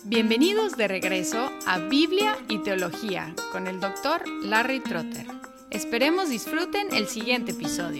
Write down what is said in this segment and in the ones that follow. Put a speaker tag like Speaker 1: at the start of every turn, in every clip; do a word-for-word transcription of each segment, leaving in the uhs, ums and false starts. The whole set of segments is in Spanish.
Speaker 1: Bienvenidos de regreso a Biblia y Teología con el doctor Larry Trotter. Esperemos disfruten el siguiente episodio.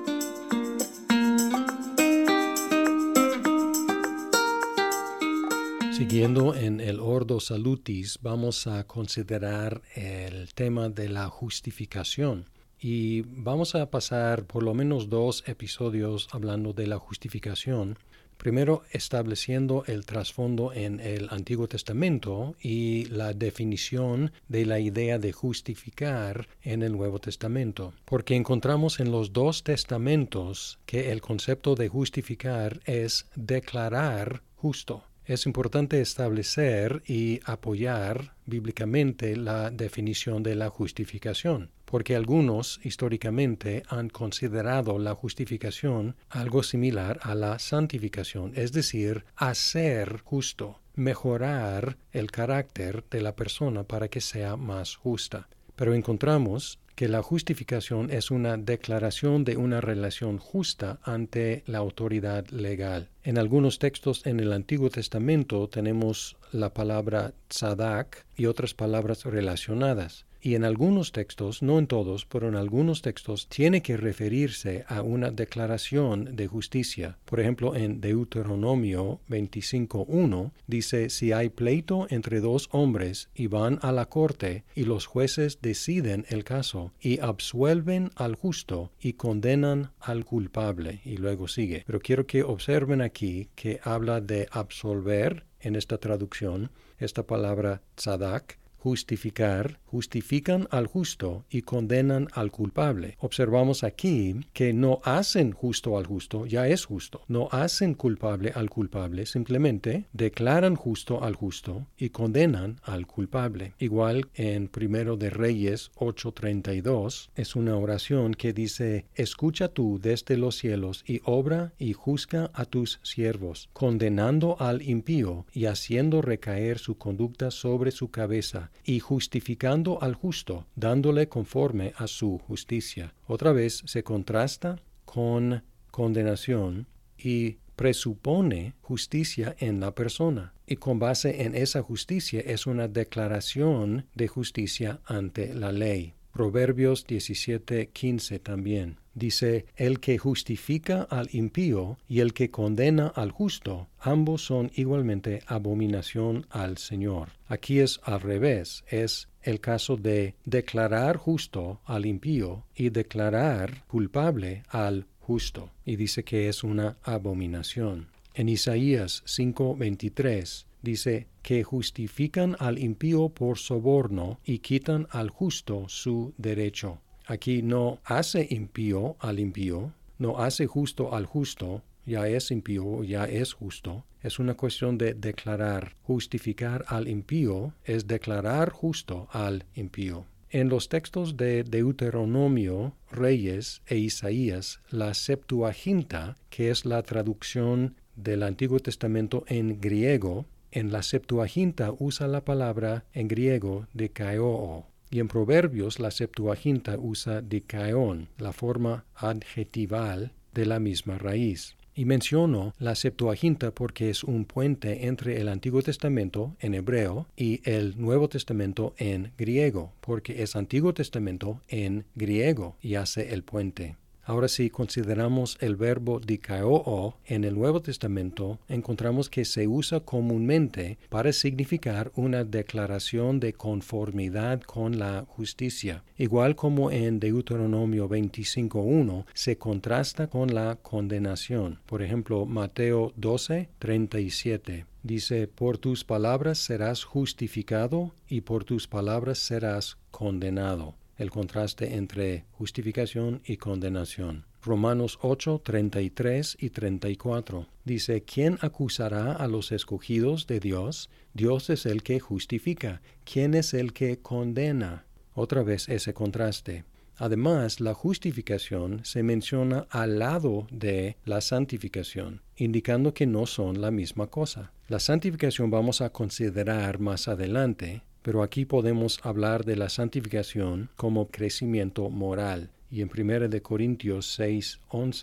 Speaker 2: Siguiendo en el Ordo Salutis, vamos a considerar el tema de la justificación. Y vamos a pasar por lo menos dos episodios hablando de la justificación. Primero, estableciendo el trasfondo en el Antiguo Testamento y la definición de la idea de justificar en el Nuevo Testamento. Porque encontramos en los dos testamentos que el concepto de justificar es declarar justo. Es importante establecer y apoyar bíblicamente la definición de la justificación, porque algunos históricamente han considerado la justificación algo similar a la santificación, es decir, hacer justo, mejorar el carácter de la persona para que sea más justa. Pero encontramos que la justificación es una declaración de una relación justa ante la autoridad legal. En algunos textos en el Antiguo Testamento tenemos la palabra tzadak y otras palabras relacionadas. Y en algunos textos, no en todos, pero en algunos textos, tiene que referirse a una declaración de justicia. Por ejemplo, en Deuteronomio veinticinco uno dice, si hay pleito entre dos hombres y van a la corte y los jueces deciden el caso y absuelven al justo y condenan al culpable. Y luego sigue. Pero quiero que observen aquí que habla de absolver en esta traducción, esta palabra tzadak, justificar, justifican al justo y condenan al culpable. Observamos aquí que no hacen justo al justo, ya es justo. No hacen culpable al culpable, simplemente declaran justo al justo y condenan al culpable. Igual en Primero de Reyes ocho treinta y dos es una oración que dice, escucha tú desde los cielos y obra y juzga a tus siervos, condenando al impío y haciendo recaer su conducta sobre su cabeza, y justificando al justo, dándole conforme a su justicia. Otra vez se contrasta con condenación y presupone justicia en la persona. Y con base en esa justicia es una declaración de justicia ante la ley. Proverbios diecisiete quince también dice, el que justifica al impío y el que condena al justo, ambos son igualmente abominación al Señor. Aquí es al revés, es el caso de declarar justo al impío y declarar culpable al justo. Y dice que es una abominación. En Isaías cinco veintitrés dice que justifican al impío por soborno y quitan al justo su derecho. Aquí no hace impío al impío, no hace justo al justo, ya es impío, ya es justo. Es una cuestión de declarar. Justificar al impío es declarar justo al impío. En los textos de Deuteronomio, Reyes e Isaías, la Septuaginta, que es la traducción del Antiguo Testamento en griego, en la Septuaginta usa la palabra en griego dikaiō. Y en Proverbios la Septuaginta usa dikaiōn, la forma adjetival de la misma raíz. Y menciono la Septuaginta porque es un puente entre el Antiguo Testamento en hebreo y el Nuevo Testamento en griego, porque es Antiguo Testamento en griego y hace el puente. Ahora, si consideramos el verbo dikaiō en el Nuevo Testamento, encontramos que se usa comúnmente para significar una declaración de conformidad con la justicia. Igual como en Deuteronomio veinticinco uno se contrasta con la condenación. Por ejemplo, Mateo doce treinta y siete. Dice, por tus palabras serás justificado y por tus palabras serás condenado. El contraste entre justificación y condenación. Romanos ocho treinta y tres y treinta y cuatro. Dice, ¿quién acusará a los escogidos de Dios? Dios es el que justifica. ¿Quién es el que condena? Otra vez ese contraste. Además, la justificación se menciona al lado de la santificación, indicando que no son la misma cosa. La santificación vamos a considerar más adelante, pero aquí podemos hablar de la santificación como crecimiento moral. Y en primera de Corintios seis once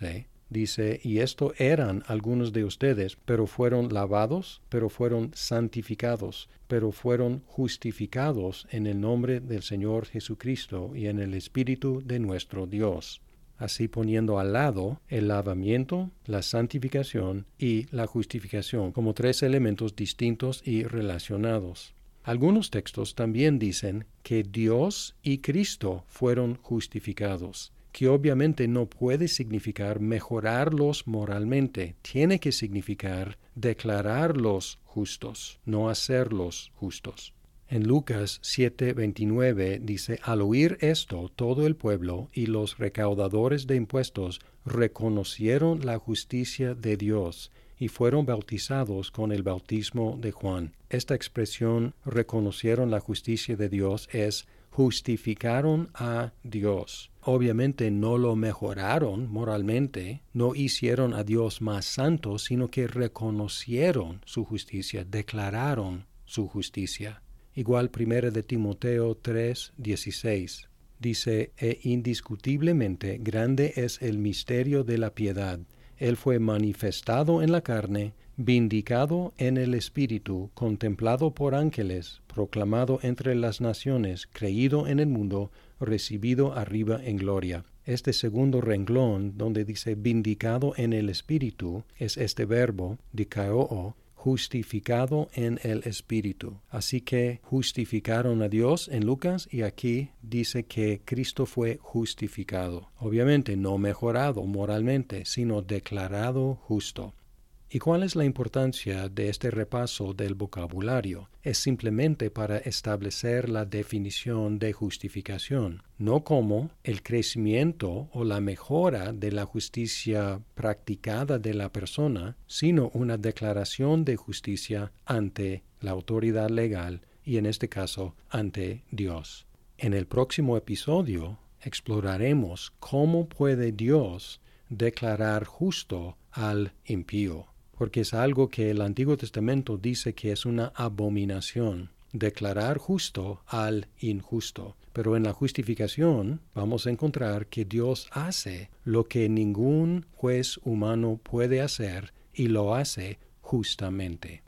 Speaker 2: Dice, y esto eran algunos de ustedes, pero fueron lavados, pero fueron santificados, pero fueron justificados en el nombre del Señor Jesucristo y en el Espíritu de nuestro Dios. Así poniendo al lado el lavamiento, la santificación y la justificación como tres elementos distintos y relacionados. Algunos textos también dicen que Dios y Cristo fueron justificados, que obviamente no puede significar mejorarlos moralmente, tiene que significar declararlos justos, no hacerlos justos. En Lucas siete veintinueve dice, al oír esto, todo el pueblo y los recaudadores de impuestos reconocieron la justicia de Dios y fueron bautizados con el bautismo de Juan. Esta expresión, reconocieron la justicia de Dios, es justificaron a Dios. Obviamente no lo mejoraron moralmente, no hicieron a Dios más santo, sino que reconocieron su justicia, declararon su justicia. Igual primera de Timoteo tres dieciséis. Dice, e indiscutiblemente grande es el misterio de la piedad. Él fue manifestado en la carne, vindicado en el Espíritu, contemplado por ángeles, proclamado entre las naciones, creído en el mundo, recibido arriba en gloria. Este segundo renglón, donde dice vindicado en el Espíritu, es este verbo, dikaiō, justificado en el Espíritu. Así que justificaron a Dios en Lucas y aquí dice que Cristo fue justificado. Obviamente no mejorado moralmente, sino declarado justo. ¿Y cuál es la importancia de este repaso del vocabulario? Es simplemente para establecer la definición de justificación, no como el crecimiento o la mejora de la justicia practicada de la persona, sino una declaración de justicia ante la autoridad legal y en este caso ante Dios. En el próximo episodio exploraremos cómo puede Dios declarar justo al impío, porque es algo que el Antiguo Testamento dice que es una abominación, declarar justo al injusto. Pero en la justificación vamos a encontrar que Dios hace lo que ningún juez humano puede hacer y lo hace justamente.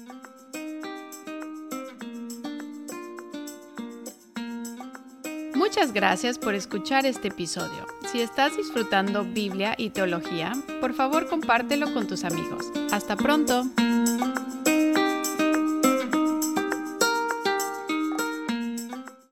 Speaker 1: Muchas gracias por escuchar este episodio. Si estás disfrutando Biblia y teología, por favor compártelo con tus amigos. ¡Hasta pronto!